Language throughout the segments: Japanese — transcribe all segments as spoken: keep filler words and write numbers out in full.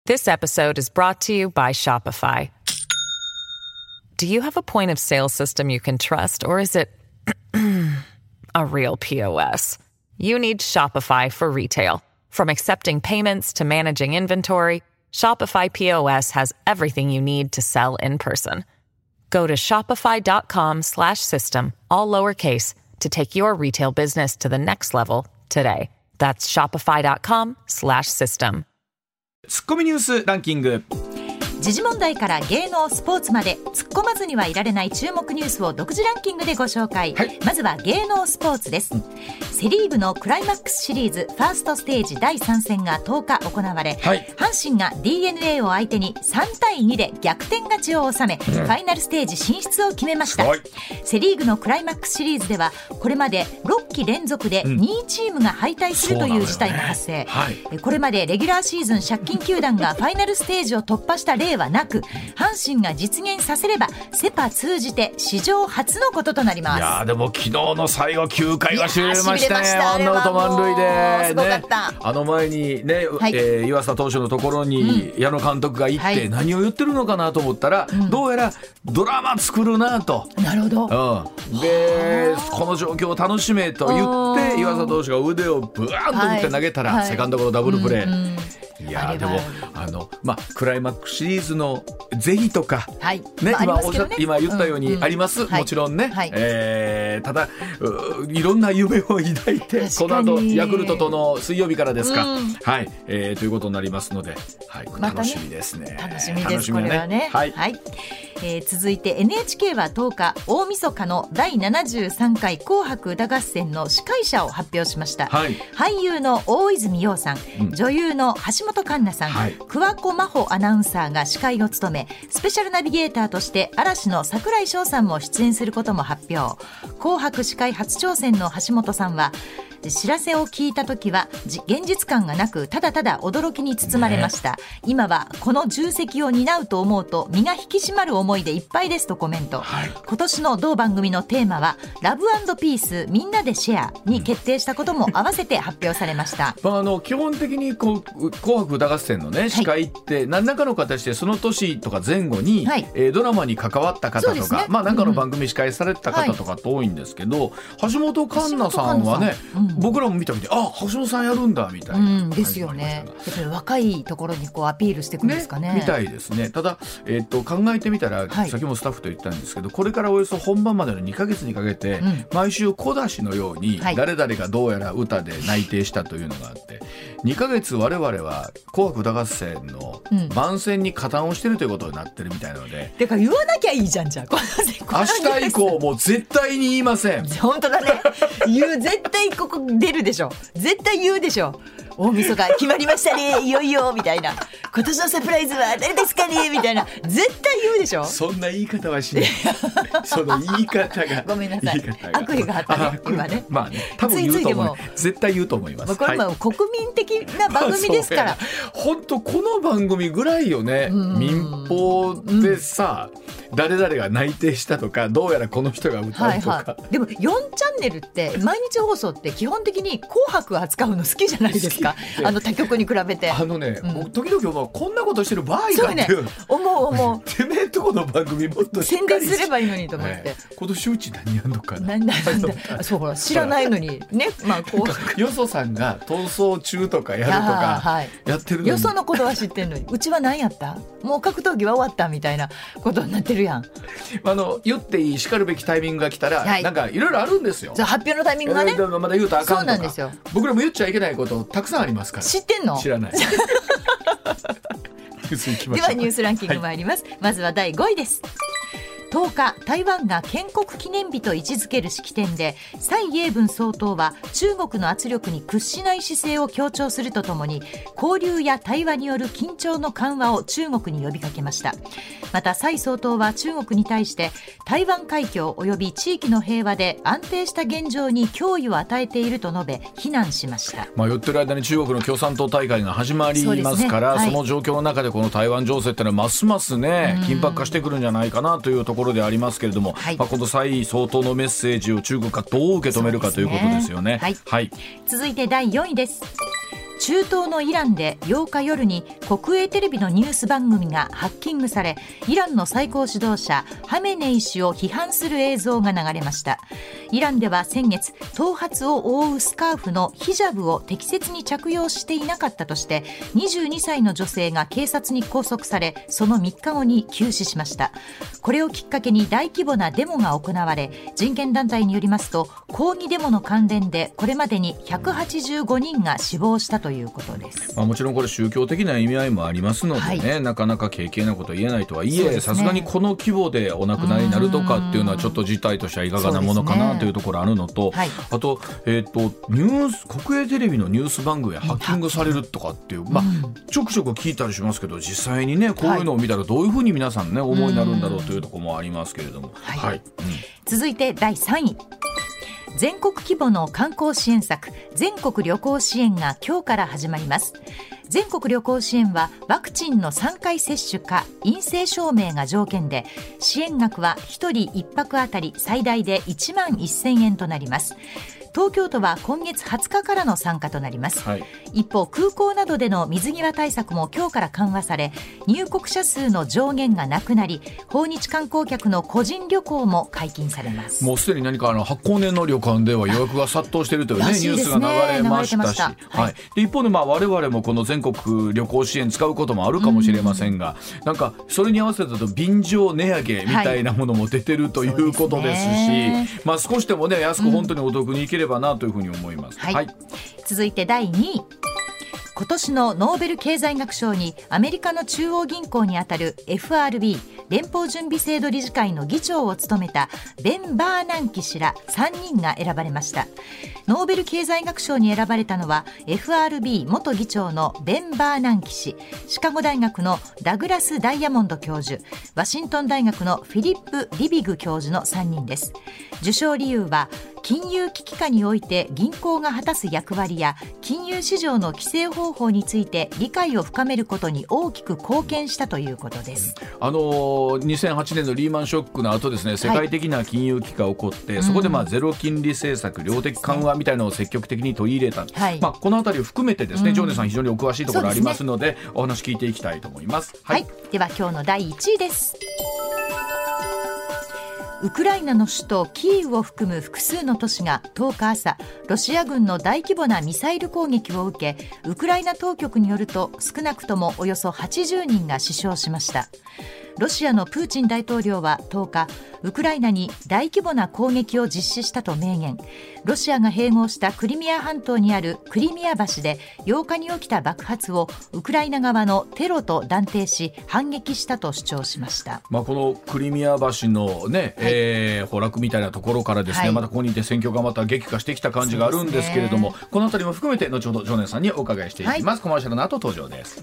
This episode is brought to you by Shopify. Do you have a point of sale system you can trust, or is it a real P O S? You need Shopify for retail. From accepting payments to managing inventory, Shopify P O S has everything you need to sell in person. Go to shopify.com slash system, all lowercase, to take your retail business to the next level today. That's shopify.com slash system. ツッコミニュースランキング。 時事問題から芸能スポーツまで突っ込まずにはいられない注目ニュースを独自ランキングでご紹介、はい、まずは芸能スポーツです、うん、セリーグのクライマックスシリーズファーストステージだいさん戦がとおか行われ、はい、阪神が ディーエヌエー を相手にさんたいにで逆転勝ちを収め、うん、ファイナルステージ進出を決めました。セリーグのクライマックスシリーズではこれまでろっき連続でにいチームが敗退するという事態が発生、うんねはい、これまでレギュラーシーズン借金球団がファイナルステージを突破した例はなく、阪神が実現させればセパ通じて史上初のこととなります。 いやでも昨日の最後きゅうかいはしびれましたね。ワンアウト満塁で、 すごかった、 ね、あの前にね、はいえー、湯浅投手のところに矢野監督が行って、うん、何を言ってるのかなと思ったら、うん、どうやらドラマ作るなと。 なるほど、 うん、でこの状況を楽しめと言って湯浅投手が腕をブワーンと打って投げたら、はい、セカンドゴロダブルプレー、うんうんいやでもあの、ま、クライマックスシリーズの是非とか、はいねまあ、今おっしゃ、ね、今言ったようにあります、うんうん、もちろんね、はいえー、ただいろんな夢を抱いてこの後ヤクルトとの水曜日からですか、うんはいえー、ということになりますので、はいま楽しみですね。 楽しみです、ね、これはね、はいはいえー、続いて エヌエイチケー はとおか大晦日のだいななじゅうさんかい紅白歌合戦の司会者を発表しました、はい、俳優の大泉洋さん、うん、女優の橋本環奈さん、はい、桑子真帆アナウンサーが司会を務めスペシャルナビゲーターとして嵐の櫻井翔さんも出演することも発表。紅白司会初挑戦の橋本さんは知らせを聞いた時は現実感がなくただただ驚きに包まれました、ね、今はこの重責を担うと思うと身が引き締まる思いでいっぱいですとコメント、はい、今年の同番組のテーマはラブ&ピースみんなでシェアに決定したことも合わせて発表されました、 うんまあ、あの基本的にこう紅白歌合戦の、ね、司会って何らかの形でその年とか前後に、はいえー、ドラマに関わった方とか、ねまあ、何かの番組司会された方とかって多いんですけど、うん、橋本環奈さんはね、うん僕らも見た時にあ橋本さんやるんだみたいな、うん、 ですよね。やっぱり若いところにこうアピールしていくんですかね。 ねみたいですね。ただ、えー、と考えてみたら、はい、先もスタッフと言ったんですけどこれからおよそ本番までのにかげつにかけて、うん、毎週小出しのように、はい、誰々がどうやら歌で内定したというのがあってにかげつ我々は紅白歌合戦の番宣に加担をしてるということになってるみたいなので、 だから言わなきゃいいじゃんじゃん明日以降もう絶対に言いません本当だね言う絶対ここ出るでしょ絶対言うでしょ大晦日決まりましたねいよいよみたいな今年のサプライズは誰ですかねみたいな絶対言うでしょ。 そんな言い方はしないその言い方がごめんなさい悪意があったね今ねまあね多分言うと思う絶対言うと思います。 これも国民的な番組ですから本当、この番組ぐらいよね。民放でさ、うん、誰々が内定したとかどうやらこの人が歌うとか、はいはい、 でもよんチャンネルって毎日放送って基本的に紅白扱うの好きじゃないですかあの他局に比べてあのね、うん、僕時々思うこんなことしてる場合かっていう、ね、 思う思うてめえとこの番組もっとしっかり宣伝すればいいのにと思って、 ね、今年うち何やんのかななんだなんだそうほら知らないのにねまあこうよそさんが逃走中とかやるとかやってるのによそのことは知ってんのにうちは何やったもう格闘技は終わったみたいなことになってるやん。 あの言っていいしかるべきタイミングが来たら、はい、なんかいろいろあるんですよ。 発表のタイミングがね、えー、 まだ言うとあかんとかそうなんですよ。 僕らも言っちゃいけないことたくさんありますから。 知ってんの？ 知らないではニュースランキング参ります、はい、まずはだいごいです。とおか台湾が建国記念日と位置づける式典で蔡英文総統は中国の圧力に屈しない姿勢を強調するとともに交流や対話による緊張の緩和を中国に呼びかけました。また蔡総統は中国に対して台湾海峡及び地域の平和で安定した現状に脅威を与えていると述べ非難しました。 まあ、寄ってる間に中国の共産党大会が始まりますから そ,、ねはい、その状況の中でこの台湾情勢ってのはますますね緊迫化してくるんじゃないかなというところところでありますけれども、はいまあ、この蔡総統のメッセージを中国がどう受け止めるかということですよね。 はいはい、続いてだいよんいです。 中東のイランでようか夜に国営テレビのニュース番組がハッキングされ、イランの最高指導者ハメネイ師を批判する映像が流れました。イランでは先月、頭髪を覆うスカーフのヒジャブを適切に着用していなかったとしてにじゅうにさいの女性が警察に拘束され、そのみっかごに急死しました。これをきっかけに大規模なデモが行われ、人権団体によりますと抗議デモの関連でこれまでにひゃくはちじゅうごにんが死亡したということです。 まあ、もちろんこれ宗教的な意味合いもありますのでね、はい、なかなか軽々なことは言えないとはいえ、さすがにこの規模でお亡くなりになるとかっていうのはちょっと事態としてはいかがなものかなというところあるのと、はい、あと、えー、とニュース国営テレビのニュース番組がハッキングされるとかっていう、まあ、ちょくちょく聞いたりしますけど、実際にねこういうのを見たらどういうふうに皆さんね思いになるんだろうというところもありますけれども、はいはい、うん、 続いてだいさんい、全国規模の観光支援策、全国旅行支援が今日から始まります。全国旅行支援はワクチンのさんかい接種か陰性証明が条件で、支援額はひとりいっぱくあたり最大でいちまんせんえんとなります。東京都は今月はつかからの参加となります、はい、一方空港などでの水際対策も今日から緩和され、入国者数の上限がなくなり、訪日観光客の個人旅行も解禁されます。 もうすでに何かあの発行年の旅館では予約が殺到しているという、ね、ニュースが流れましたし、はいはい、で一方でまあ我々もこの全国旅行支援使うこともあるかもしれませんが、んなんかそれに合わせてと便乗値上げみたいなものも出てるということですし、はい、まあ、少しでもね安く本当にお得に行ければなというふうに思います、 はいはい、続いてだいにい、今年のノーベル経済学賞にアメリカの中央銀行にあたる エフアールビー 連邦準備制度理事会の議長を務めたベン・バーナンキ氏らさんにんが選ばれました。ノーベル経済学賞に選ばれたのは エフアールビー 元議長のベン・バーナンキ氏、シカゴ大学のダグラス・ダイヤモンド教授、ワシントン大学のフィリップ・リビグ教授のさんにんです。受賞理由は金融危機下において銀行が果たす役割や金融市場の規制方法について理解を深めることに大きく貢献したということです。 あのにせんはちねんのリーマンショックの後ですね、世界的な金融危機が起こって、はい、そこでまあゼロ金利政策、量的緩和みたいなのを積極的に取り入れた、はい、まあ、このあたりを含めてですね、ジョーネさん非常にお詳しいところありますの で, で、ね、お話聞いていきたいと思います、 はいはい、では今日のだいいちいです。ウクライナの首都キーウを含む複数の都市がとおか朝、ロシア軍の大規模なミサイル攻撃を受け、ウクライナ当局によると少なくともおよそはちじゅうにんが死傷しました。ロシアのプーチン大統領はとおか、ウクライナに大規模な攻撃を実施したと明言。ロシアが併合したクリミア半島にあるクリミア橋でようかに起きた爆発をウクライナ側のテロと断定し、反撃したと主張しました。 まあ、このクリミア橋の、ね、はい、えー、崩落みたいなところからですね、はい、またここにいて戦況がまた激化してきた感じがあるんですけれども、ね、このあたりも含めて後ほどジョネさんにお伺いしていきます、はい、コマーシャルの後登場です。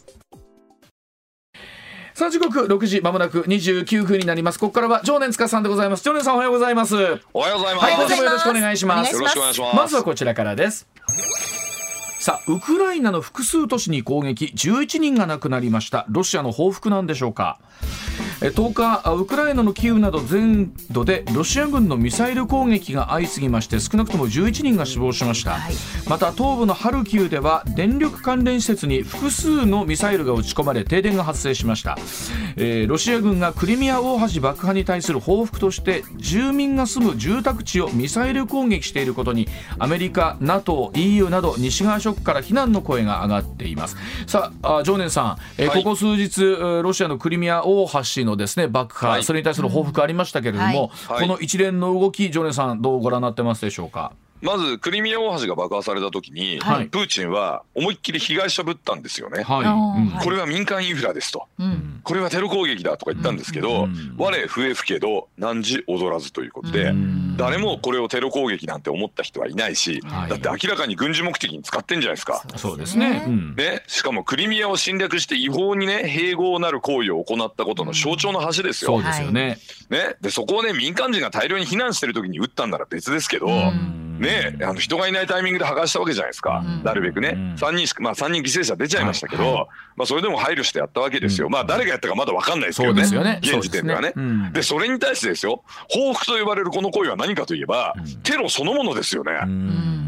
さあ時刻ろくじまもなくにじゅうきゅうふんになります。ここからは常年司さんでございます。常年さんおはようございます。 おはようございます。 はい、今週もよろしくお願いします。 よろしくお願いします。 まずはこちらからです。さあウクライナの複数都市に攻撃、じゅういちにんが亡くなりました。ロシアの報復なんでしょうか。とおかウクライナのキーウなど全土でロシア軍のミサイル攻撃が相次ぎまして、少なくともじゅういちにんが死亡しました、はい、また東部のハルキウでは電力関連施設に複数のミサイルが撃ち込まれ停電が発生しました、えー、ロシア軍がクリミア大橋爆破に対する報復として住民が住む住宅地をミサイル攻撃していることにアメリカ、 ナトー、イーユー など西側諸国から非難の声が上がっています。さあ常年さん、えーはい、ここ数日ロシアのクリミア大橋のですね爆破、はい、それに対する報復ありましたけれども、はい、この一連の動き、常連さんどうご覧になってますでしょうか。 まずクリミア大橋が爆破された時に、はい、プーチンは思いっきり被害者ぶったんですよね、はい、うん、これは民間インフラですと、うん、これはテロ攻撃だとか言ったんですけど、うん、我笛吹けど汝踊らずということで、うん、誰もこれをテロ攻撃なんて思った人はいないし、はい、だって明らかに軍事目的に使ってんじゃないですか。 そうですね、うん、 でしかもクリミアを侵略して違法にね併合なる行為を行ったことの象徴の橋ですよ、 うん、そうですよね、 ね、でそこをね民間人が大量に避難してる時に撃ったんなら別ですけど、うんね、あの人がいないタイミングで破壊したわけじゃないですか、うん、なるべくね、うん、さんにんしか、まあ、さんにん犠牲者出ちゃいましたけど、はいはい、まあ、それでも配慮してやったわけですよ、うん、まあ誰がやったかまだ分かんないですけどね、そうですよね、現時点ではね、 そ, で、ね、うん、でそれに対してですよ、報復と呼ばれるこの行為は何かといえば、うん、テロそのものですよね、うん、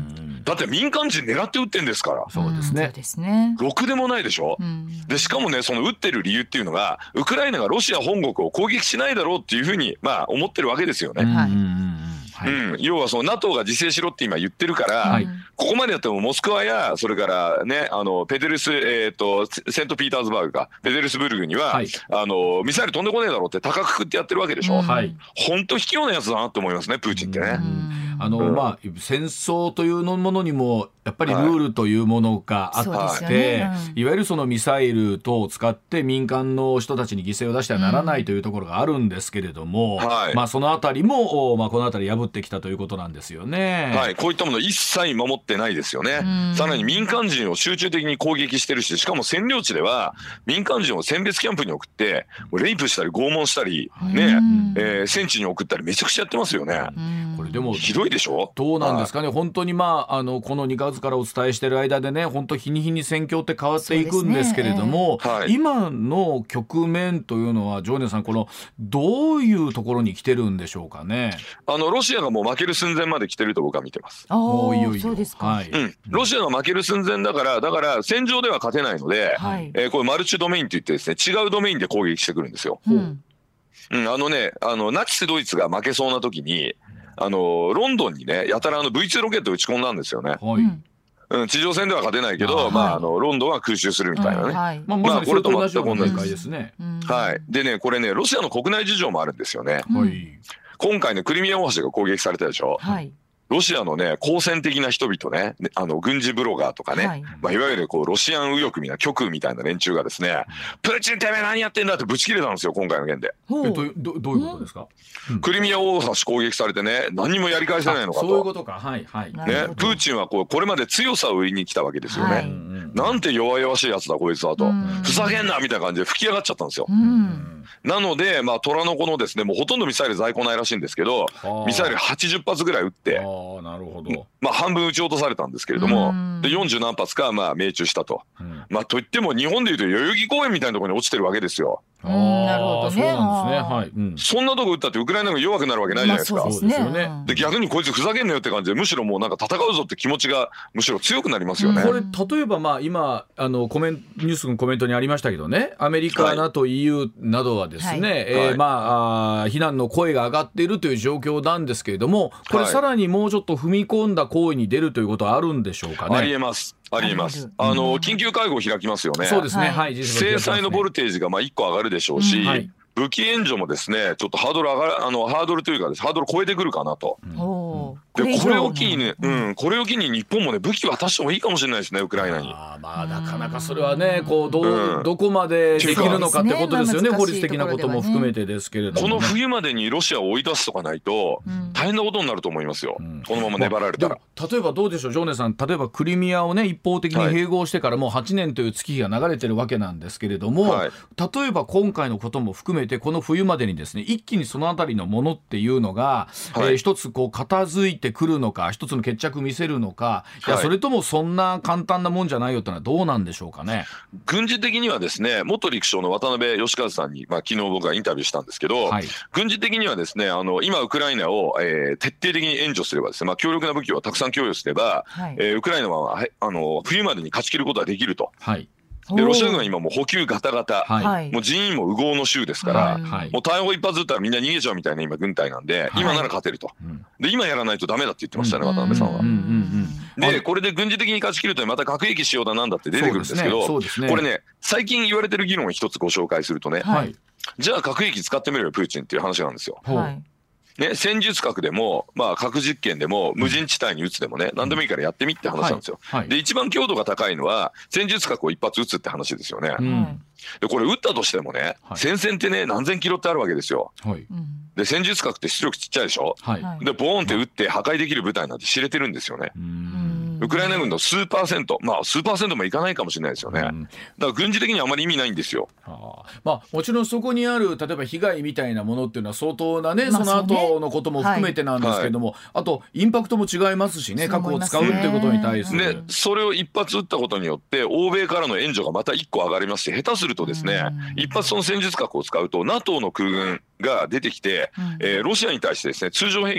だって民間人狙って撃ってんですから。 そうですね。 ろくでもないでしょ、うん、でしかもねその撃ってる理由っていうのがウクライナがロシア本国を攻撃しないだろうっていうふうにまあ思ってるわけですよね。はいうん、要はその ナトー が自制しろって今言ってるから、はい、ここまでやってもモスクワやそれからねあのペテルス、えー、とセントピーターズバーグかペテルスブルグには、はい、あのミサイル飛んでこねえだろうって高くくってやってるわけでしょ。本当、うん、卑怯なやつだなって思いますねプーチンってね。 あの、うんまあ、戦争というものにもやっぱりルールというものがあって、はいねうん、いわゆるそのミサイル等を使って民間の人たちに犠牲を出してはならないというところがあるんですけれども、うんはいまあ、そのあたりも、まあ、このあたり破ってきたということなんですよね。 はい、こういったもの一切守ってないですよね。さらに民間人を集中的に攻撃してるし、しかも占領地では民間人を選別キャンプに送ってレイプしたり拷問したり、ねえー、戦地に送ったりめちゃくちゃやってますよね。 これでもひどいでしょ。 どうなんですかね、はい、本当に、まあ、あのこのにがつからお伝えしている間でね本当日に日に戦況って変わっていくんですけれども、ねえーはい、今の局面というのはジョーネさんこのどういうところに来てるんでしょうかね。 あのロシアがもう負ける寸前まで来てると僕は見てます。 あおいよいよそうですか、 はいうん、ロシアが負ける寸前だからだから戦場では勝てないので、はいえー、これマルチドメインといってですね違うドメインで攻撃してくるんですよ。うんうん、あのねあのナチスドイツが負けそうな時にあのロンドンにねやたらあの ブイツー ロケット打ち込んだんですよね。はいうん、地上戦では勝てないけど、あまあ、あのロンドンは空襲するみたいなね、うんはいまあ、まさにそれと同じような展開ですね。 はい、でねこれねロシアの国内事情もあるんですよね。はい、今回のクリミア大橋が攻撃されたでしょ。はいロシアのね好戦的な人々ねあの軍事ブロガーとかね、はいまあ、いわゆるこうロシアン右翼みたいな極右みたいな連中がですねプーチンてめえ何やってんだってぶち切れたんですよ今回の件で。 えど, ど, どういうことですか、 うん、クリミア大橋攻撃されてね何もやり返せないのかと。 そういうことかはいはいねプーチンはこうこれまで強さを売りに来たわけですよね、はい、なんて弱々しいやつだこいつだとふざけんなみたいな感じで吹き上がっちゃったんですよ。うんなので、まあ、虎の子のですねもうほとんどミサイル在庫ないらしいんですけどミサイルはちじゅっぱつぐらい撃ってあなるほど、 まあ、半分撃ち落とされたんですけれどもでよんじゅう何発かまあ命中したと、うんまあ、といっても日本でいうと代々木公園みたいなところに落ちてるわけですよ。 あなるほどね。 そうなんですね、はいうん、 そんなとこ撃ったってウクライナが弱くなるわけないじゃないですか、まあ、そうですよね。で逆にこいつふざけんなよって感じでむしろもうなんか戦うぞって気持ちがむしろ強くなりますよね、 うん、これ例えばまあ今あのコメンニュースのコメントにありましたけどねアメリカ、はい、ナトー、イーユー などはですね、はいえーはいまあ、あ非難の声が上がっているという状況なんですけれどもこれさらにもうちょっと踏み込んだ行為に出るということはあるんでしょうかね。 ありえますありえます。あの緊急会合を開きますよね。 そうですね、はい、 制裁のボルテージがまあいっこ上がるでしょうし、うんはい武器援助もですねちょっとハードル上がるあのハードルというかですハードル超えてくるかなと、うん、でこれを機にね、うん、これを機に日本もね武器渡してもいいかもしれないですねウクライナに。 あまあなかなかそれはねこう ど, う、うん、どこまでできるのかってことですよね、法律的なことも含めてですけれども、 ね、この冬までにロシアを追い出すとかないと大変なことになると思いますよ、うん、このまま粘られたら、まあ、例えばどうでしょうジョーネさん例えばクリミアをね一方的に併合してからもうはちねんという月日が流れてるわけなんですけれども、はい、例えば今回のことも含めてこの冬までにですね一気にそのあたりのものっていうのが、はいえー、一つこう片付いてくるのか一つの決着見せるのか、いやそれともそんな簡単なもんじゃないよってのはどうなんでしょうかね。 軍事的にはですね元陸将の渡辺義和さんに、まあ、昨日僕がインタビューしたんですけど、はい、軍事的にはですねあの今ウクライナを、えー、徹底的に援助すればですね、まあ、強力な武器をたくさん供与すれば、はいえー、ウクライナはあの冬までに勝ち切ることができると。はいでロシア軍は今もう補給ガタガタ、はい、もう人員も右往の衆ですから、はい、もう大砲一発撃ったらみんな逃げちゃうみたいな今軍隊なんで、はい、今なら勝てると、うん、で今やらないとダメだって言ってましたね、うん、渡辺さんは、うんうんうん、でこれで軍事的に勝ち切るとまた核兵器使用だなんだって出てくるんですけどそうですね、そうですね、これね最近言われてる議論を一つご紹介するとね、はい、じゃあ核兵器使ってみろよプーチンっていう話なんですよ、はいね、戦術核でも、まあ、核実験でも無人地帯に撃つでもね、うん、何でもいいからやってみって話なんですよ、はいはい、で一番強度が高いのは戦術核を一発撃つって話ですよね、うん、でこれ撃ったとしてもね、はい、戦線ってね何千キロってあるわけですよ、はい、で戦術核って出力ちっちゃいでしょ、はい、でボーンって撃って破壊できる部隊なんて知れてるんですよね、うんウクライナ軍の数パーセント、まあ数パーセントもいかないかもしれないですよね、うん、だから軍事的にはあまり意味ないんですよ、 はあまあ、もちろんそこにある例えば被害みたいなものっていうのは相当なね、まあ、その後のことも含めてなんですけれども、はい、あとインパクトも違いますしね核を使うっていうことに対するでそれを一発撃ったことによって欧米からの援助がまたいっこ上がりますし下手するとですね一発その戦術核を使うと ナトー の空軍が出てきて、うんえー、ロシアに対してですね通常兵器で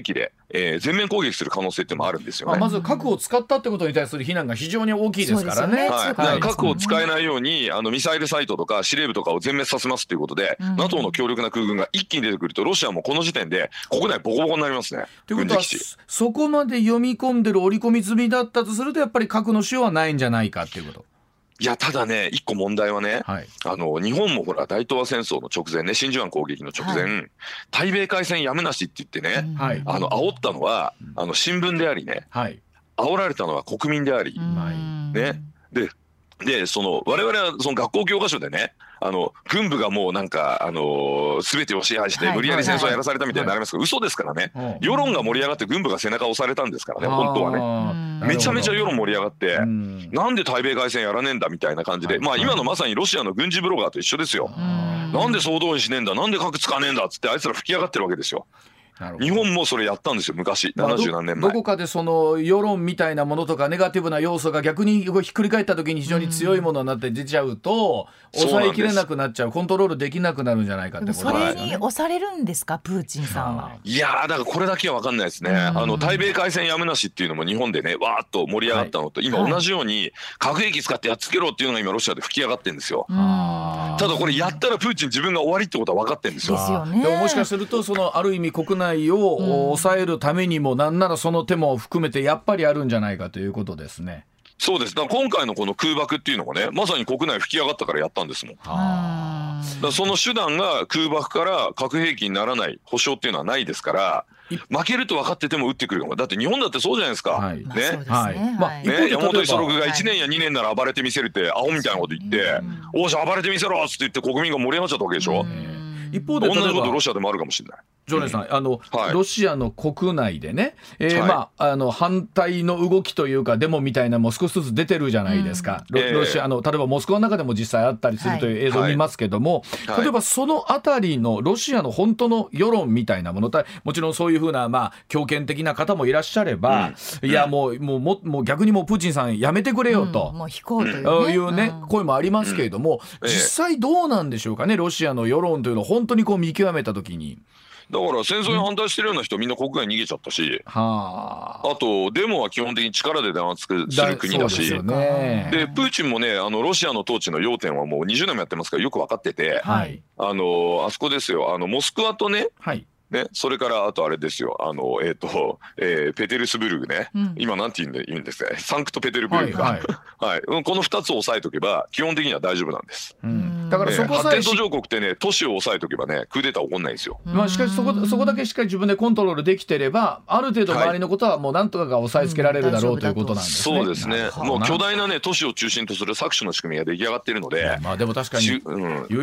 えー、全面攻撃する可能性ってもあるんですよね。 まず核を使ったってことに対する非難が非常に大きいですからね。 はい、だから核を使えないようにあのミサイルサイトとか司令部とかを全滅させますということで、うん、NATO の強力な空軍が一気に出てくるとロシアもこの時点で国内ボコボコになりますね。 ということはそこまで読み込んでる織り込み済みだったとするとやっぱり核の使用はないんじゃないかっていうこと。 いやただね一個問題はね、はい、あの日本もほら大東亜戦争の直前ね真珠湾攻撃の直前、はい、対米開戦やむなしって言ってね、はい、あの煽ったのはあの新聞でありね、はい、煽られたのは国民であり、ね、ででその我々はその学校教科書でねあの軍部がもうなんかあのー、全てを支配して無理やり戦争をやらされたみたいになりますけど、嘘ですからね、世論が盛り上がって軍部が背中を押されたんですからね本当はね。めちゃめちゃ世論盛り上がってなんで対米開戦やらねえんだみたいな感じで、まあ今のまさにロシアの軍事ブロガーと一緒ですよ。なんで総動員しねえんだなんで核使わねえんだっつってあいつら吹き上がってるわけですよ。日本もそれやったんですよ昔、ななじゅうなんねんまえ。 どこかでその世論みたいなものとかネガティブな要素が逆にひっくり返った時に非常に強いものになって出ちゃうと、うん、抑えきれなくなっちゃう、コントロールできなくなるんじゃないかってことですよね。 それに押されるんですかプーチンさんは。 いやーだからこれだけは分かんないですね、うん、あの対米開戦やむなしっていうのも日本でねわーっと盛り上がったのと、はい、今同じように核兵器使ってやっつけろっていうのが今ロシアで吹き上がってるんですよ。ただこれやったらプーチン自分が終わりってことは分かってるんですよ。 ですよね。 でももしかするとそのある意味国内を、うん抑えるためにもなんならその手も含めてやっぱりあるんじゃないかということですね。 そうです。だから今回のこの空爆っていうのもねまさに国内吹き上がったからやったんですもん。だからその手段が空爆から核兵器にならない保証っていうのはないですから負けると分かってても撃ってくるのだって日本だってそうじゃないですか、はい、ね、山本五十六がいちねんやにねんなら暴れてみせるってアホみたいなこと言って「おーし暴れてみせろ」っつって言って国民が盛り上がっちゃったわけでしょ。一方で同じことロシアでもあるかもしれない。 ジョネさん、 うんあのはい、 ロシアの国内でね、えーはいまあ、あの反対の動きというかデモみたいなのも少しずつ出てるじゃないですか、うん、ロ, ロシアの例えばモスクワの中でも実際あったりするという映像を見ますけども、はいはい、例えばそのあたりのロシアの本当の世論みたいなものもちろんそういうふうな、まあ、強権的な方もいらっしゃれば、うん、いやもう、もう、ももう逆にもうプーチンさんやめてくれよと、 うん、もう引こうというね、 いうね、うん、声もありますけれども、うん、実際どうなんでしょうかねロシアの世論というのを本当にこう見極めたときに。 だから戦争に反対してるような人みんな国外に逃げちゃったし、はあ、あとデモは基本的に力で弾圧する国だし、だね、でプーチンもねあのロシアの統治の要点はもうにじゅうねんもやってますからよく分かってて、はい、あのあそこですよあのモスクワとね、はいね、それからあとあれですよあの、えーとえー、ペテルスブルグね、うん、今なんて言うんでいいんですかサンクトペテルブルグか、はいはいはい、このふたつを押さえとけば基本的には大丈夫なんです、うん、だからそこさえ、ね、発展途上国ってね都市を押さえとけばねクーデター起こんないんですよ、 まあ、しかしそこ、そこだけしっかり自分でコントロールできてればある程度周りのことはもうなんとかが抑えつけられるだろう、うん、ということなんですね。 そうですねもう巨大なね都市を中心とする搾取の仕組みが出来上がっているので、 まあ、でも確かに、 うん、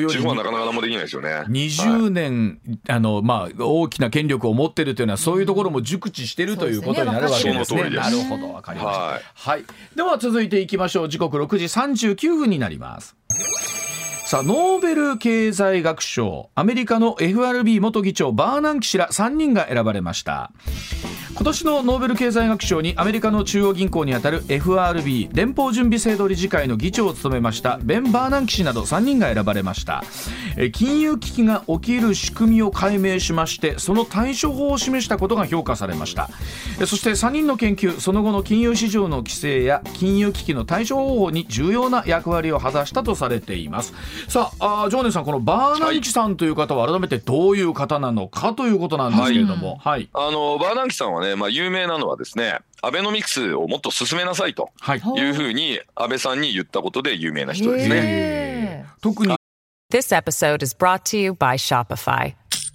地方はなかなか何もできないですよね。 にじゅうねん、はい、あのまあ、大きな権力を持ってるというのはそういうところも熟知してるということになるわけですね。なるほどわかりました、はいはい、では続いていきましょう。時刻ろくじさんじゅうきゅうふんになります。さあノーベル経済学賞アメリカの エフアールビー 元議長バーナンキ氏らさんにんが選ばれました。今年のノーベル経済学賞にアメリカの中央銀行にあたる エフアールビー 連邦準備制度理事会の議長を務めましたベン・バーナンキ氏などさんにんが選ばれました。金融危機が起きる仕組みを解明しましてその対処法を示したことが評価されました。そしてさんにんの研究その後の金融市場の規制や金融危機の対処方法に重要な役割を果たしたとされています。さあ、あジョーネさんこのバーナンキさんという方は改めてどういう方なのかということなんですけれども、はいはい、 あのバーナンキさんはね、まあ、有名なのはですねアベノミクスをもっと進めなさいというふうに安倍さんに言ったことで有名な人ですね。 特に This episode is brought to you by Shopify.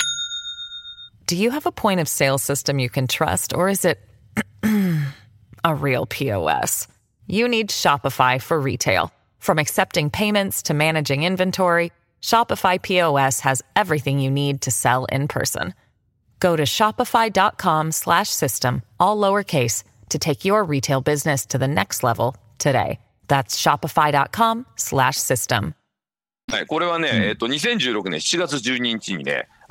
Do you have a point of sale system you can trust, or is it a real ピーオーエス? You need Shopify for retail. From accepting payments to managing inventory, Shopify ピーオーエス has everything you need to sell in person. Go to shopify.com slash system, all lowercase, to take your retail business to the next level today. That's shopify.com slash system. はい、これはね、うんえっと、にせんじゅうろくねんしちがつじゅうににちにね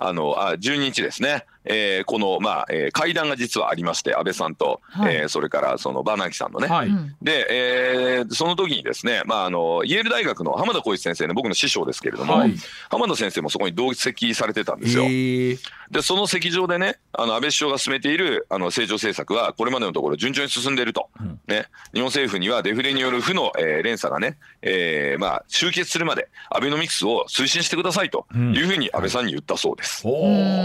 あのあじゅうににちですね、えー、この、まあえー、会談が実はありまして、安倍さんと、はい、えー、それからそのバーナンキさんのね、はい、で、えー、その時にですね、まあ、あのイェール大学の浜田浩一先生ね、僕の師匠ですけれども、はい、浜田先生もそこに同席されてたんですよ。でその席上でね、あの安倍首相が進めているあの成長政策はこれまでのところ順調に進んでいると、うん、ね、日本政府にはデフレによる負の、えー、連鎖がね、えーまあ、終結するまでアベノミクスを推進してくださいというふうに安倍さんに言ったそうです。うん、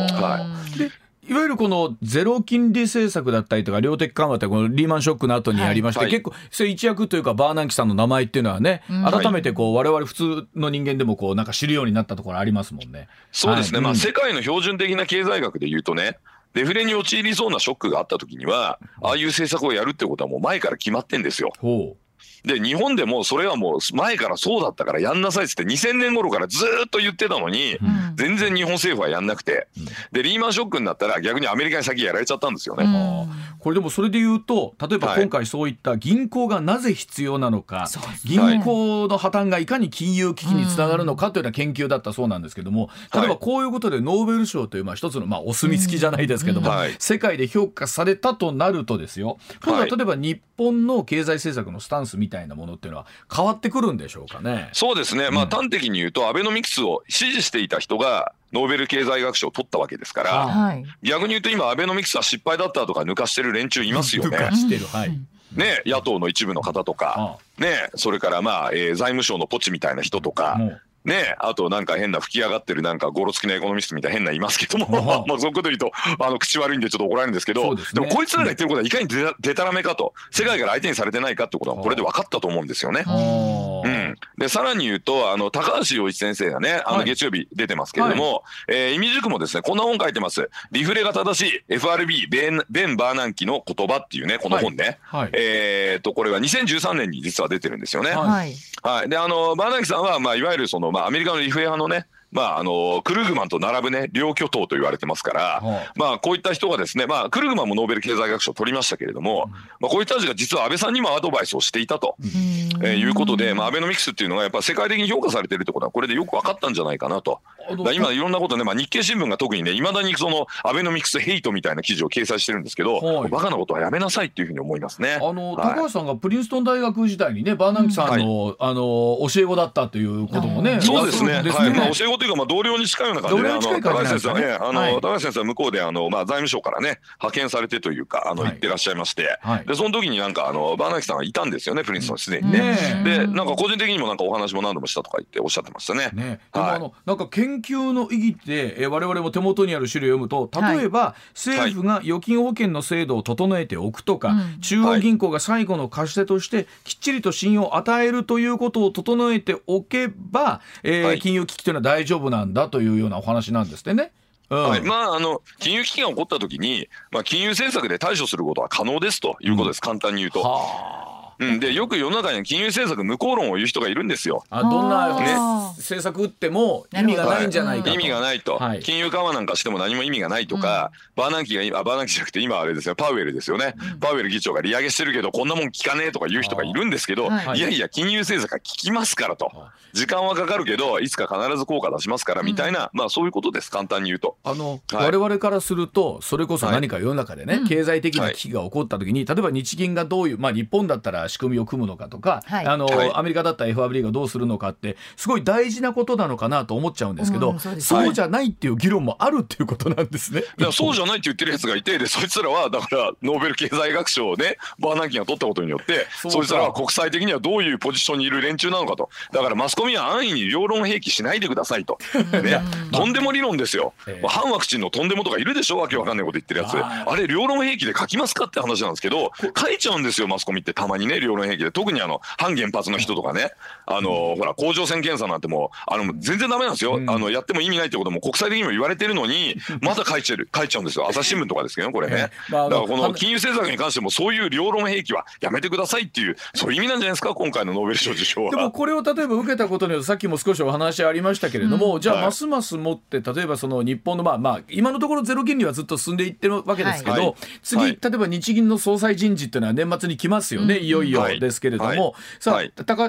はい、でいわゆるこのゼロ金利政策だったりとか量的緩和ってこのリーマンショックの後にありまして、はい、結構それ一躍というかバーナンキさんの名前っていうのはね、うん、改めてこう我々普通の人間でもこうなんか知るようになったところありますもんね。 そうですね、 はい、 まあ、世界の標準的な経済学で言うとね、デフレに陥りそうなショックがあった時にはああいう政策をやるってことはもう前から決まってんですよ。ほうで日本でもそれはもう前からそうだったからやんなさいっつってにせんねん頃からずっと言ってたのに、うん、全然日本政府はやんなくて、うん、でリーマンショックになったら逆にアメリカに先やられちゃったんですよね。うん、 これでもそれで言うと例えば今回そういった銀行がなぜ必要なのか、はい、銀行の破綻がいかに金融危機につながるのかというような研究だったそうなんですけども、例えばこういうことでノーベル賞というまあ一つのまあお墨付きじゃないですけども、うんはい、世界で評価されたとなるとですよ、今度は例えば日本の経済政策のスタンスみたいなものっていうのは変わってくるんでしょうかね。 そうですね、まあ、端的に言うとアベノミクスを支持していた人がノーベル経済学賞を取ったわけですから、はい、逆に言うと今アベノミクスは失敗だったとか抜かしてる連中いますよね。 抜かしてる、はい、 ね、野党の一部の方とか、ね、それからまあ、えー、財務省のポチみたいな人とか、ね、あとなんか変な吹き上がってるなんかゴロつきのエコノミストみたいな変ないますけどもまあそういうこと言うとあの口悪いんでちょっと怒られるんですけど、 で, す、ね、でもこいつらが言ってることはいかにででたらめかと、世界から相手にされてないかってことはこれで分かったと思うんですよね。うん、でさらに言うとあの高橋洋一先生がねあの月曜日出てますけれども、はい、えー、意味塾もですねこんな本書いてます。リフレが正しい エフアールビー ベン, ベンバーナンキの言葉っていうねこの本ね、はいはい、えー、とこれはにせんじゅうさんねんに実は出てるんですよね。はい、はい、であのバーナンキさんは、まあ、いわゆるその、まあ、アメリカのリフレ派のねまあ、あのクルーグマンと並ぶね両巨頭と言われてますから、はあ、まあこういった人がですね、まあ、クルーグマンもノーベル経済学賞を取りましたけれども、うん、まあ、こういった人たちが実は安倍さんにもアドバイスをしていたと、うん、えー、いうことで、まあ、アベノミクスっていうのがやっぱ世界的に評価されてるってことはこれでよく分かったんじゃないかなと。だ今いろんなことね、まあ、日経新聞が特にねいまだにそのアベノミクスヘイトみたいな記事を掲載してるんですけど、はい、バカなことはやめなさいっていうふうに思いますね。 あの、はい、高橋さんがプリンストン大学時代にねバーナンキさんの、はい、あの教え子だったということもね、 そうですね、はい、まあ、教え子というかまあ同僚に近いような感じで、あの高橋先生はね、あの、はい、高橋先生は向こうであの、まあ、財務省からね派遣されてというかあの、はい、行ってらっしゃいまして、はい、でその時になんかあのバーナンキさんがいたんですよね、プリンストンすでにね。でなんか個人的にもなんかお話も何度もしたとか言っておっしゃってましたね。ね、でもあの、はい、なんか研究の意義って、えー、我々も手元にある資料を読むと例えば、はい、政府が預金保険の制度を整えておくとか、はい、中央銀行が最後の貸し手としてきっちりと信用を与えるということを整えておけば、えーはい、金融危機というのは大丈夫なんだというようなお話なんですってね。うん、はい、まあ、あの金融危機が起こった時に、まあ、金融政策で対処することは可能ですということです、うん、簡単に言うと。はあ、うん、でよく世の中に金融政策無効論を言う人がいるんですよ。 あ、どんな、ね、政策打っても意味がないんじゃないかと、 意味がないと、はい、金融緩和なんかしても何も意味がないとか、うん、バーナンキが今バーナンキじゃなくて今あれですよパウエルですよね、うん、パウエル議長が利上げしてるけどこんなもん効かねえとか言う人がいるんですけど、はい、いやいや金融政策は効きますからと、時間はかかるけどいつか必ず効果出しますからみたいな、うん、まあそういうことです、簡単に言うと。 あの、はい、我々からするとそれこそ何か世の中でね、はい、経済的な危機が起こった時に、はい、例えば日銀がどういう、まあ、日本だったら仕組みを組むのかとか、はい、あのはい、アメリカだったら エフアールビー がどうするのかってすごい大事なことなのかなと思っちゃうんですけど、うん、そうです、そうじゃないっていう議論もあるっていうことなんですね。 いやそうじゃないって言ってるやつがいて、でそいつらはだからノーベル経済学賞をねバーナンキが取ったことによってそいつらは国際的にはどういうポジションにいる連中なのかと。だからマスコミは安易に両論併記しないでくださいと、ね、とんでも理論ですよ、えー、反ワクチンのとんでもとかいるでしょ、わけわかんないこと言ってるやつ。 あ, あれ両論併記で書きますかって話なんですけど、書いちゃうんですよマスコミってたまにね、両論併記で。特にあの反原発の人とかね、あの、うん、ほら甲状腺検査なんてもうあの全然ダメなんですよ、うん、あのやっても意味ないってことも国際的にも言われてるのにまだ書いちゃう書いちゃうんですよ、朝日新聞とかですけどこれね、えーまあ、だからこの金融政策に関してもそういう両論併記はやめてくださいっていう、そういう意味なんじゃないですか今回のノーベル賞受賞は。 でもこれを例えば受けたことによってさっきも少しお話ありましたけれども、うん、じゃあますますもって例えばその日本のまあまあ今のところゼロ金利はずっと進んでいってるわけですけど、はい、次、はい、例えば日銀の総裁人事っていうのは年末に来ますよね、うん、いよいよですけれども、はいはい、さあ、はい、高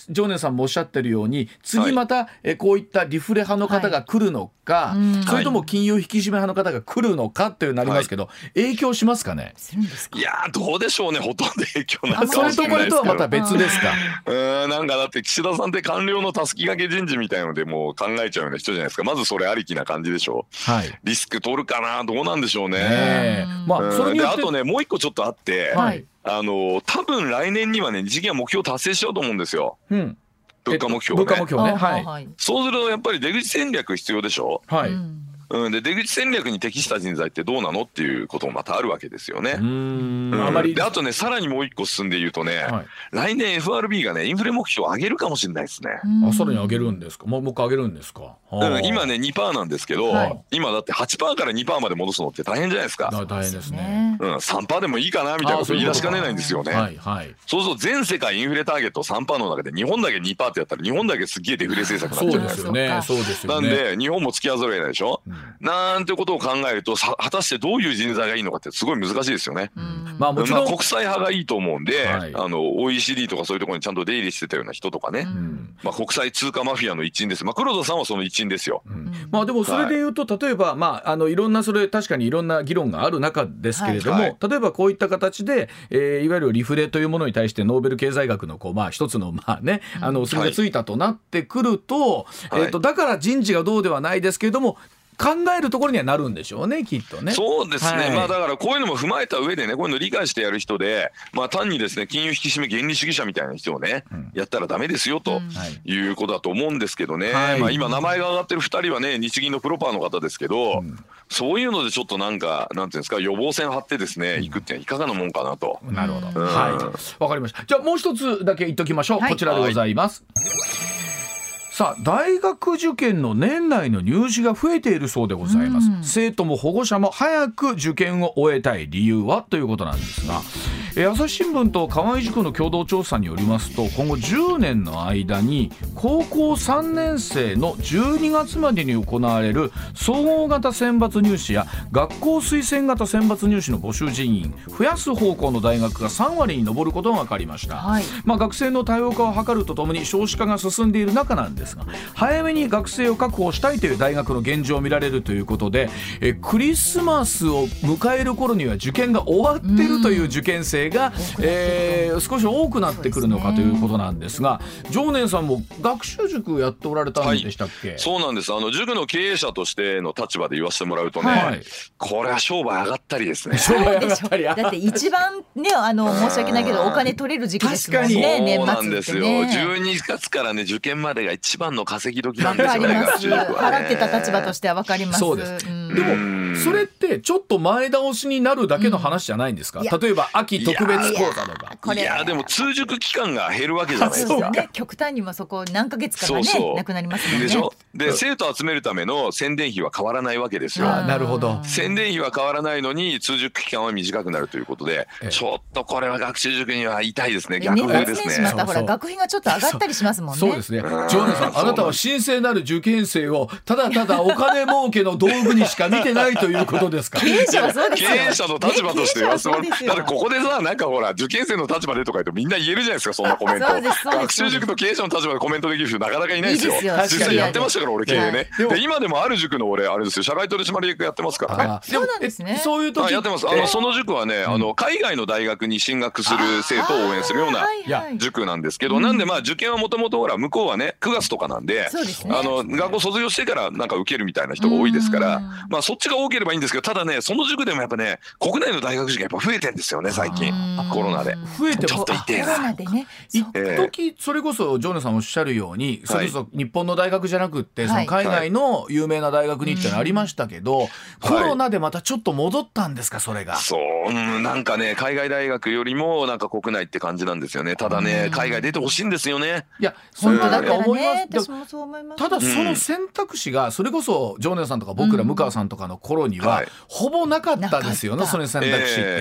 常念さんもおっしゃってるように次また、はい、えこういったリフレ派の方が来るのか、はい、それとも金融引き締め派の方が来るのかっていうなりますけど、はい、影響しますかね。 するんですか。 いやどうでしょうね、ほとんど影響ないかもしれないですけど、 それとこれとはまた別ですか。 うんなんかだって岸田さんって官僚のたすき掛け人事みたいのでもう考えちゃうような人じゃないですか。まずそれありきな感じでしょ、はい、リスク取るかな、どうなんでしょうね。ねまあ、それによってであとねもう一個ちょっとあって、はい、あの多分来年にはね次元目標達成しようと思うんですよ、うん、物価目標ね、 物価目標ね、はい、 そうするとやっぱり出口戦略必要でしょ、はい、うん、で出口戦略に適した人材ってどうなのっていうこともまたあるわけですよね。うーん、うん、あまりであとねさらにもう一個進んで言うとね、はい、来年 エフアールビー がねインフレ目標を上げるかもしれないですね。 あ、さらに上げるんですか。もうもう一回上げるんですか。 うん、今ね にパーセント なんですけど、はい、今だって はちパーセント から にパーセント まで戻すのって大変じゃないですか。 大変ですね、 うん、さんパーセント でもいいかなみたいなこと言い出しかねないんですよね。はいはい、そうすると全世界インフレターゲット さんパーセント の中で日本だけ にパーセント ってやったら日本だけすげえデフレ政策になっちゃうんですよね。そうですよね。なんで日本も付き合わざるを得ないでしょ、うん、なんてことを考えるとさ果たしてどういう人材がいいのかってすごい難しいですよね。うん、まあもちろん、まあ、国際派がいいと思うんで、はい、あの オーイーシーディー とかそういうところにちゃんと出入りしてたような人とかね、うん、まあ、国際通貨マフィアの一員です。まあ、黒田さんはその一員ですよ。うん、 まあ、でもそれでいうと、はい、例えば、まあ、あのいろんなそれ確かにいろんな議論がある中ですけれども、はい、例えばこういった形で、えー、いわゆるリフレというものに対してノーベル経済学のこう、まあ、一つの、まあね、あのそれがついたとなってくると、はい、えーと、だから人事がどうではないですけれども考えるところにはなるんでしょうね、きっとね。 そうですね、はい、まあだからこういうのも踏まえた上でねこういうの理解してやる人で、まあ、単にですね金融引き締め原理主義者みたいな人をね、うん、やったらダメですよということだと思うんですけどね、はい、まあ、今名前が挙がってるふたりはね日銀のプロパーの方ですけど、うん、そういうのでちょっとなんかなんていうんですか予防線張ってですね、うん、行くっていかがなもんかなと。 なるほど、うん、はい、わかりました。じゃあもう一つだけ言っときましょう、はい、こちらでございます、はい。さあ大学受験の年内の入試が増えているそうでございます、うん、生徒も保護者も早く受験を終えたい理由はということなんですが、え朝日新聞と河合塾の共同調査によりますと今後じゅうねんの間に高校さんねん生のじゅうにがつまでに行われる総合型選抜入試や学校推薦型選抜入試の募集人員増やす方向の大学がさんわりに上ることが分かりました、はい。まあ、学生の多様化を図るとともに少子化が進んでいる中なんですが早めに学生を確保したいという大学の現状を見られるということでえクリスマスを迎える頃には受験が終わっているという受験生が、えー、少し多くなってくるのかということなんですが、常念さんも学習塾やっておられたんでしたっけ。はい、 そうなんです。あの塾の経営者としての立場で言わせてもらうとね、はい、これは商売上がったりですね。 商売上がったりだって一番ねあの申し訳ないけどお金取れる時期ですもんね。年末ってね。そうなんですよ。じゅうにがつからね受験までが一番の稼ぎ時なんですよね。学習塾はね。払ってた立場としては分かります。 そうです。うん、でもそれってちょっと前倒しになるだけの話じゃないんですか。うん、例えば秋特別講座とか。 いや、いやでも通塾期間が減るわけじゃないですか。そうね、 極端にもそこ何ヶ月かがねそうそうなくなりますもんね。 でしょ。で生徒を集めるための宣伝費は変わらないわけですよ。 なるほど。 宣伝費は変わらないのに通塾期間は短くなるということで、ちょっとこれは学習塾には痛いですね。逆風ですね。 年末年始またほら学費がちょっと上がったりしますもんね。 そうですね。常念さん、あなたは神聖なる受験生をただただお金儲けの道具にしか見てないということですか。 経営者はそうですよ。 経営者の立場としてはそうですよ。だってここでさなんかほら受験生の立場でとか言うとみんな言えるじゃないですかそんなコメント。学習塾と経営者の立場でコメントできる人なかなかいないですよ。いいですよ実際やってましたから俺経営ね。で今でもある塾の俺あれですよ社外取締役やってますからね。 そうなんですね。 そういう時やってます。あのその塾はねあの海外の大学に進学する生徒を応援するような塾なんですけど、なんでまあ受験はもともとほら向こうはねくがつとかなんで、あの学校卒業してからなんか受けるみたいな人が多いですから、まあそっちが多ければいいんですけど、ただねその塾でもやっぱね国内の大学受験やっぱ増えてんですよね最近コロナで。 増えてちょっと痛えな。 一時それこそ常念さんおっしゃるようにそれこそ日本の大学じゃなくってその海外の有名な大学にってのありましたけど、コロナでまたちょっと戻ったんですかそれが。 そう、うん、なんかね海外大学よりもなんか国内って感じなんですよね。ただね海外出てほしいんですよね。 いや本当だと思います。私もそう思います。ただその選択肢がそれこそ常念さんとか僕ら向川さんとかの頃にはほぼなかったですよね、その選択肢って。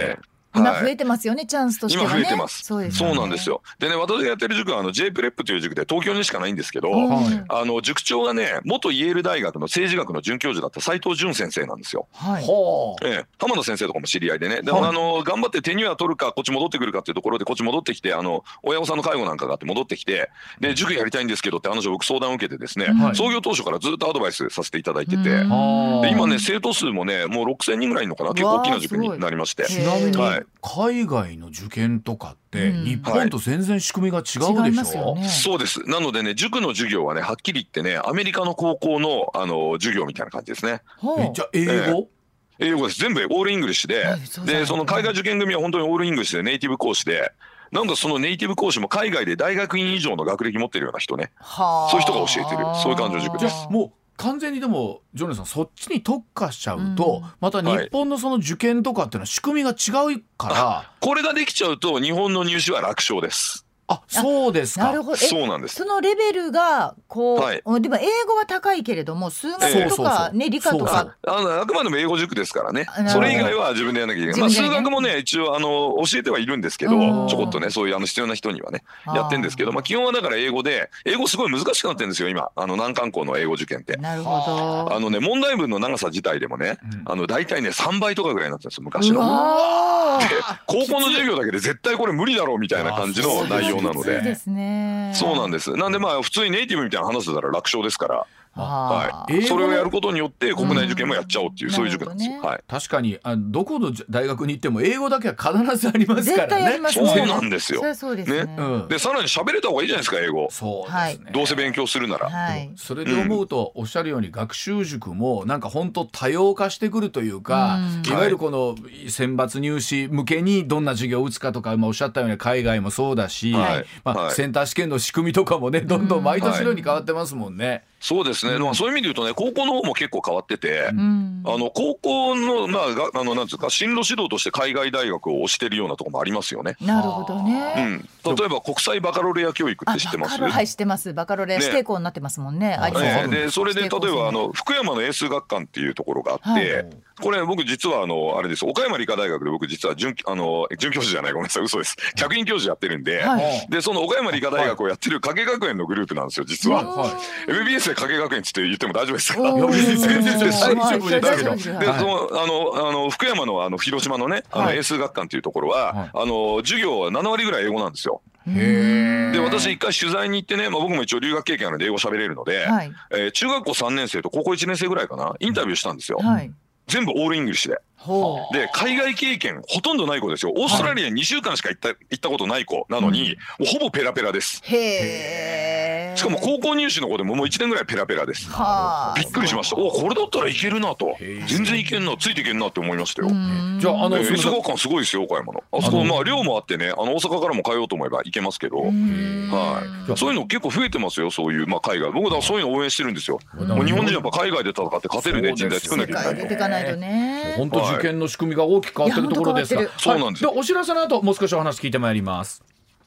今増えてますよね、チャンスとしてはね。 今増えてます。そうですね。そうなんですよ。でね、私がやってる塾はあの J プレップという塾で東京にしかないんですけど、あの塾長がね、元イェール大学の政治学の准教授だった斉藤淳先生なんですよ。はい。ええ、浜田先生とかも知り合いでね、でもあの頑張ってテニュア取るかこっち戻ってくるかっていうところでこっち戻ってきて、あの親御さんの介護なんかがあって戻ってきて、で塾やりたいんですけどって話を僕相談を受けてですね、はい、創業当初からずっとアドバイスさせていただいてて、で今ね生徒数もねもうろくせんにんぐらいいるのかな、結構大きな塾になりまして。 ちなみに、はい、海外の受験とかって日本と全然仕組みが違うでしょ、うんはい、ね、 そうです。なのでね、塾の授業はねはっきり言ってねアメリカの高校のあの授業みたいな感じですね。 えじゃあ英語、えー英語です。全部オールイングリッシュで、はい、そでその海外受験組は本当にオールイングリッシュでネイティブ講師で、なんかそのネイティブ講師も海外で大学院以上の学歴持ってるような人ね、そういう人が教えてる、そういう感じの塾です。 もう完全にでもジョネさんそっちに特化しちゃうと、うん、また日本のその受験とかっていうのは仕組みが違うから、はい、 これができちゃうと日本の入試は楽勝です。 あ、そうですか。 なるほど。 そうなんです。 そのレベルがこう、はい、でも英語は高いけれども数学とかね、理科とかあのあくまでも英語塾ですからね。それ以外は自分でやらなきゃいけない。まあ数学もね一応あの教えてはいるんですけど、ちょこっとねそういうあの必要な人にはねやってんですけど、まあ基本はだから英語で、英語すごい難しくなってるんですよ今、あの難関校の英語受験って。 なるほど。 あのね問題文の長さ自体でもね、うん、あの大体ねさんばいとかぐらいになってるんですよ昔の。で高校の授業だけで絶対これ無理だろうみたいな感じの内容なので。そうなんです。なんでまあ普通にネイティブみたいな話だったら楽勝ですから、はい、それをやることによって国内受験もやっちゃおうっていう、うん、そういう塾なんですよ。はい、 確かにあどこの大学に行っても英語だけは必ずありますからね。 そうなんですよ。 そうですね。ね、 うん、でさらに喋れた方がいいじゃないですか英語。 そうですね。 どうせ勉強するなら。 はい、 それで思うと、うん、おっしゃるように学習塾もなんか本当多様化してくるというか、うん、いわゆるこの選抜入試向けにどんな授業を打つかとか、まあ、おっしゃったように海外もそうだし、はいまあはい、センター試験の仕組みとかもねどんどん毎年のように変わってますもんね。はい、 そうですね、うん、そういう意味で言うとね高校の方も結構変わってて、うん、あの高校のまああのなんていうか進路指導として海外大学を推してるようなところもありますよね。 なるほどね、 うん、例えば国際バカロレア教育って知ってます？ はい知ってます。バカロレア指定校になってますもんね。ねありねでそれで例えばあの福山の英数学館っていうところがあって、はい、これ僕実はあのあれです岡山理科大学で僕実は准あの准教授じゃないごめんなさい嘘です客員教授やってるんで、はい、でその岡山理科大学をやってる加計学園のグループなんですよ実は。はい、エムビーエス で加計学園って言っても大丈夫ですか？全然大丈夫ですけど、でそのあのあの福山のあの広島のねあの英数学館っていうところは、はい、あの授業はななわりぐらい英語なんですよ。へで私一回取材に行ってね、まあ、僕も一応留学経験あるので英語喋れるので、はいえー、中学校さんねん生と高校いちねん生ぐらいかなインタビューしたんですよ。はい、全部オールイングリッシュで。で海外経験ほとんどない子ですよ。オーストラリアににしゅうかんしか行った行ったことない子なのに、うん、もうほぼペラペラです。へしかも高校入試の子でももういちねんぐらいペラペラです。びっくりしました。おこれだったらいけるなと全然いけんなついていけんなって思いましたよ。じゃああの英数学館すごいですよ岡山の。あそこまあ寮もあってねあの大阪からも通おうと思えば行けますけど、はいそういうの結構増えてますよ。そういうまあ海外僕だからそういうの応援してるんですよ。もう日本人やっぱ海外で戦って勝てるね人材作んなきゃいけないと。 出ていかないとね。 本当受験の仕組みが大きく変わってるところですが、 そうなんですよ。 はい、でお知らせの後もう少しお話聞いてまいります。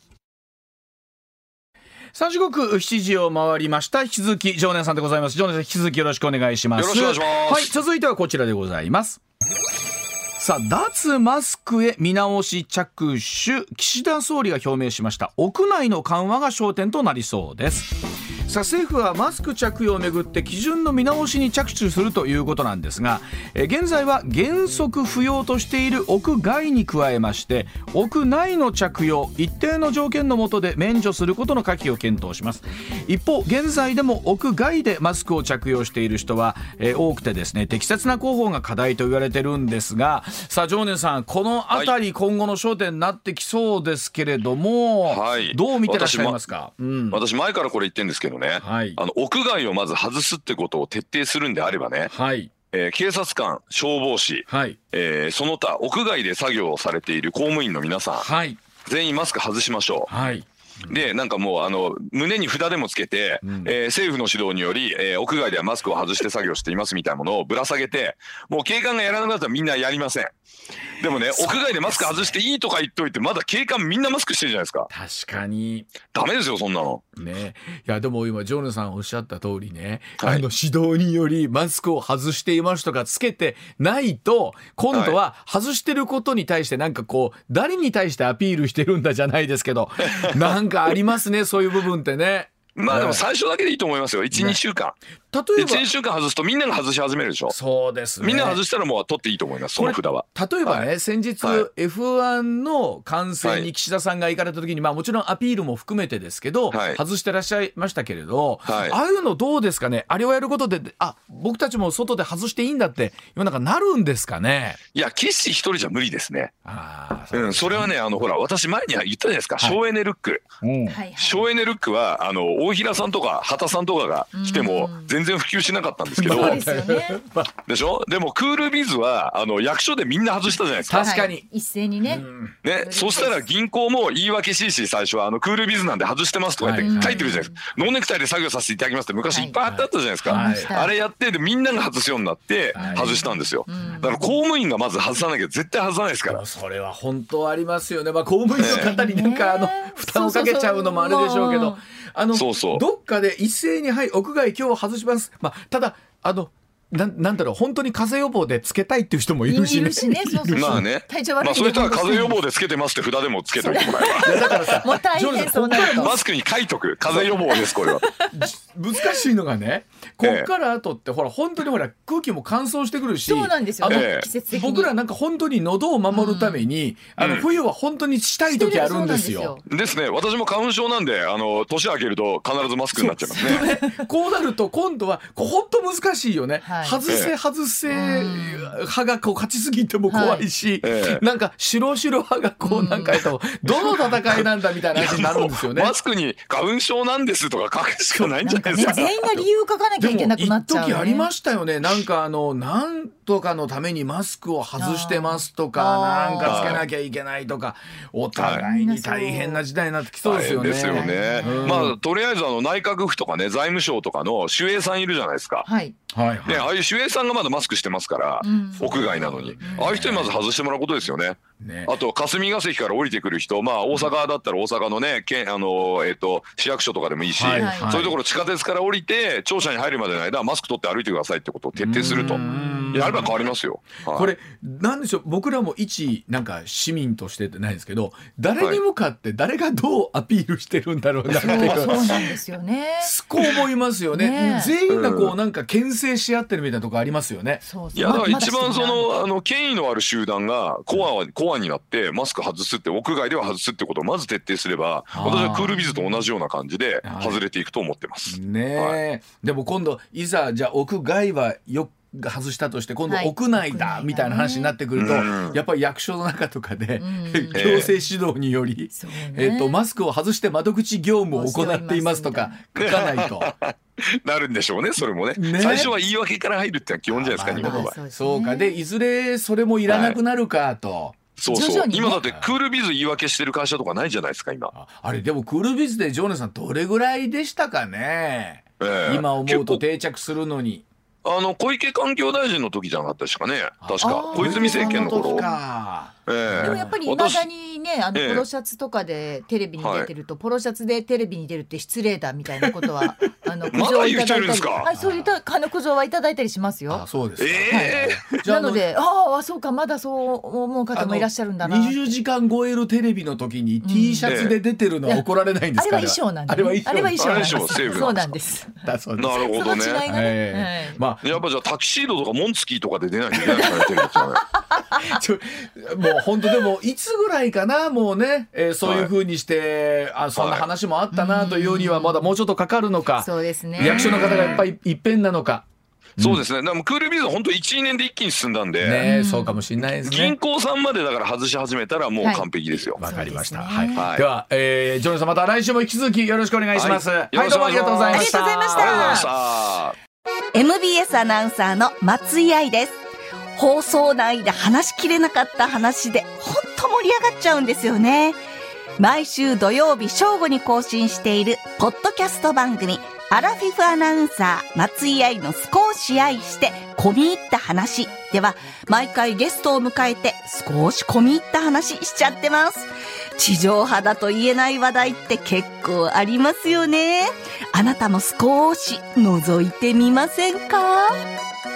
さあ時刻しちじを回りました。引き続き常念さんでございます。常念さん引き続きよろしくお願いします。 よろしくお願いします。 はい、続いてはこちらでございます。さあ脱マスクへ見直し着手、岸田総理が表明しました屋内の緩和が焦点となりそうです。さあ政府はマスク着用をめぐって基準の見直しに着手するということなんですが、え現在は原則不要としている屋外に加えまして屋内の着用一定の条件の下で免除することの可否を検討します。一方現在でも屋外でマスクを着用している人は、え多くてですね適切な広報が課題と言われてるんですが、さあ常念さんこのあたり今後の焦点になってきそうですけれども、はい、どう見てらっしゃいますか？ 私、まうん、私前からこれ言ってるんですけどね、はい、あの屋外をまず外すってことを徹底するんであればね、はいえー、警察官消防士、はいえー、その他屋外で作業をされている公務員の皆さん、はい、全員マスク外しましょう。はいでなんかもうあの胸に札でもつけて、うんえー、政府の指導により、えー、屋外ではマスクを外して作業していますみたいなものをぶら下げてもう警官がやらなかったらみんなやりません。 でもね、屋外でマスク外していいとか言っといて、まだ警官みんなマスクしてるじゃないですか。 確かにダメですよそんなのね。いやでも今ジョーヌさんおっしゃった通りね、はい、あの指導によりマスクを外していますとかつけてないと、今度は外してることに対してなんかこう誰に対してアピールしてるんだじゃないですけどなんかありますねそういう部分ってね。 まあでも最初だけでいいと思いますよ。いち、にしゅうかん。例えばいち、にしゅうかん外すとみんなが外し始めるでしょ。 そうですね。 みんな外したらもう取っていいと思います。その札は。 例えばね、はい、先日、はい、エフワン の観戦に岸田さんが行かれた時に、まあもちろんアピールも含めてですけど、はい、外してらっしゃいましたけれど、はい、ああいうのどうですかね。あれをやることで、あ、僕たちも外で外していいんだって世の中なるんですかね。 いや、岸一人じゃ無理ですね。あ、そうですね。うん、それはね、あのほら私前に言ったじゃないですか。省エネルック。省エネルックはあの大平さんとか畑さんとかが来ても全然普及しなかったんですけど、 そうですよね。 でしょ。でもクールビズはあの役所でみんな外したじゃないですか。 確かに、はい、 一斉にね。 ね、そしたら銀行も言い訳しいし、最初はあのクールビズなんで外してますとか言って書いてるじゃないですか。ノーネクタイで作業させていただきますって昔いっぱいあったじゃないですか。はいはい、あれやってでみんなが外すようになって外したんですよ。はい、だから公務員がまず外さなきゃ絶対外さないですから。 それは本当ありますよね。まあ公務員の方になんかあの負担をかけちゃうのもあれでしょうけど、あのそうそうどっかで一斉にはい屋外今日外します。まあただあのな, なんだろう本当に風邪予防でつけたいっていう人もいるしね。いるしね。 そうそうそう。 まあね。体調悪い。まあそういう人は風邪予防でつけてますって札でもつけておいてもらえば。 だからさ、 もう大変そうなると。 マスクに書いとく風邪予防ですこれは。 難しいのがね、こっから後ってほら本当にほら空気も乾燥してくるし、 そうなんですよ。あの季節的に僕らなんか本当に喉を守るために、うん、あの冬は本当にしたい時あるんですよ。 ですね。私も花粉症なんであの年明けると必ずマスクになっちゃいますね。 こうなると今度は本当難しいよね。はい、外せ外せ派がこう勝ちすぎても怖いし、はいええ、なんか白白派がこうなんかとどの戦いなんだみたいな話になるんですよね。 マスクに花粉症なんですとか書くしかないんじゃないですか。 ね、全員が理由書かなきゃいけなくなっちゃう、ね。 でも一時ありましたよね。なんかあのなんとかのためにマスクを外してますとかなんかつけなきゃいけないとかお互いに大変な時代になってきそうですよね。 ですよね。うん、まあとりあえずあの内閣府とかね財務省とかの守衛さんいるじゃないですか。 はいはいはい、 ね、ああいう守衛さんがまだマスクしてますから、うん、屋外なのに、うん、ああいう人にまず外してもらうことですよね。ね、あと霞が関から降りてくる人、まあ大阪だったら大阪のね、けあのえっと市役所とかでもいいし、はいはい、そういうところ地下鉄から降りて庁舎に入るまでの間マスク取って歩いてくださいってことを徹底するとやれば変わりますよ。はい、 これなんでしょう、僕らも一なんか市民としてってないですけど、誰に向かって誰がどうアピールしてるんだろうなっていう、 はい、そうなんですよね。 こう思いますよね。ね、全員がこうなんか牽制し合ってるみたいなとこありますよね。 そうそう、 いやだから一番そのあの権威のある集団がコアはコアになってマスク外すって屋外では外すってことをまず徹底すれば、私はクールビズと同じような感じで外れていくと思ってます。 ねえ、はい、でも今度いざじゃあ屋外はよ外したとして今度屋内だみたいな話になってくると、はい、やっぱり役所の中とかで、うん、行政指導により、えーえー、とマスクを外して窓口業務を行っていますとか書かないとなるんでしょうね。それも ね, ね最初は言い訳から入るってのは基本じゃないですか、日本は。 そう, そうか。でいずれそれもいらなくなるかと、はい、 そうそう、ね、今だってクールビズ言い訳してる会社とかないじゃないですか今。 あ, あれでもクールビズでジョーネさんどれぐらいでしたかね、えー、今思うと定着するのに。 あの小池環境大臣の時じゃなかったですかね、確か小泉政権の頃。 えー、でもやっぱりいまだにね、あのポロシャツとかでテレビに出てると、えー、ポロシャツでテレビに出るって失礼だみたいなことはあの苦情をいただいたり、はい、そういうあの苦情はいただいたりしますよ。 あ、そうですか。 えーはい、なのでああそうか、まだそう思う方もいらっしゃるんだな。 にじゅうじかん超えるテレビの時に T シャツで出てるのは怒られないんですか、 うん、あれは衣装なんで、ね、あれは衣装なんです。そうなんです。 だそうです。なるほどね。 その違いがね、 えーはい、まあ、 やっぱじゃあタキシードとかモンツキーとかで出ないといけないからテレビですよね。 ちょもう本当でもいつぐらいかな、もうね、えー、そういう風にして、はい、あそんな話もあったなというにはまだもうちょっとかかるのか、 そうですね、 役所の方がやっぱりいっぺんなのか。 そうですね。でもクールビズは本当いち、にねんで一気に進んだんで、 ね、うん、そうかもしれないですね。 銀行さんまでだから外し始めたらもう完璧ですよ。 わ、はい、かりました。 ね、 はい。 はい、 では、えー、ジョーネさんまた来週も引き続きよろしくお願いします。はい、はい、どうもありがとうございました。 ありがとうございました。 エムビーエス アナウンサーの松井愛です。放送内で話しきれなかった話で本当盛り上がっちゃうんですよね。毎週土曜日正午に更新しているポッドキャスト番組アラフィフアナウンサー松井愛の少し愛して込み入った話では、毎回ゲストを迎えて少し込み入った話しちゃってます。地上波だと言えない話題って結構ありますよね。あなたも少し覗いてみませんか？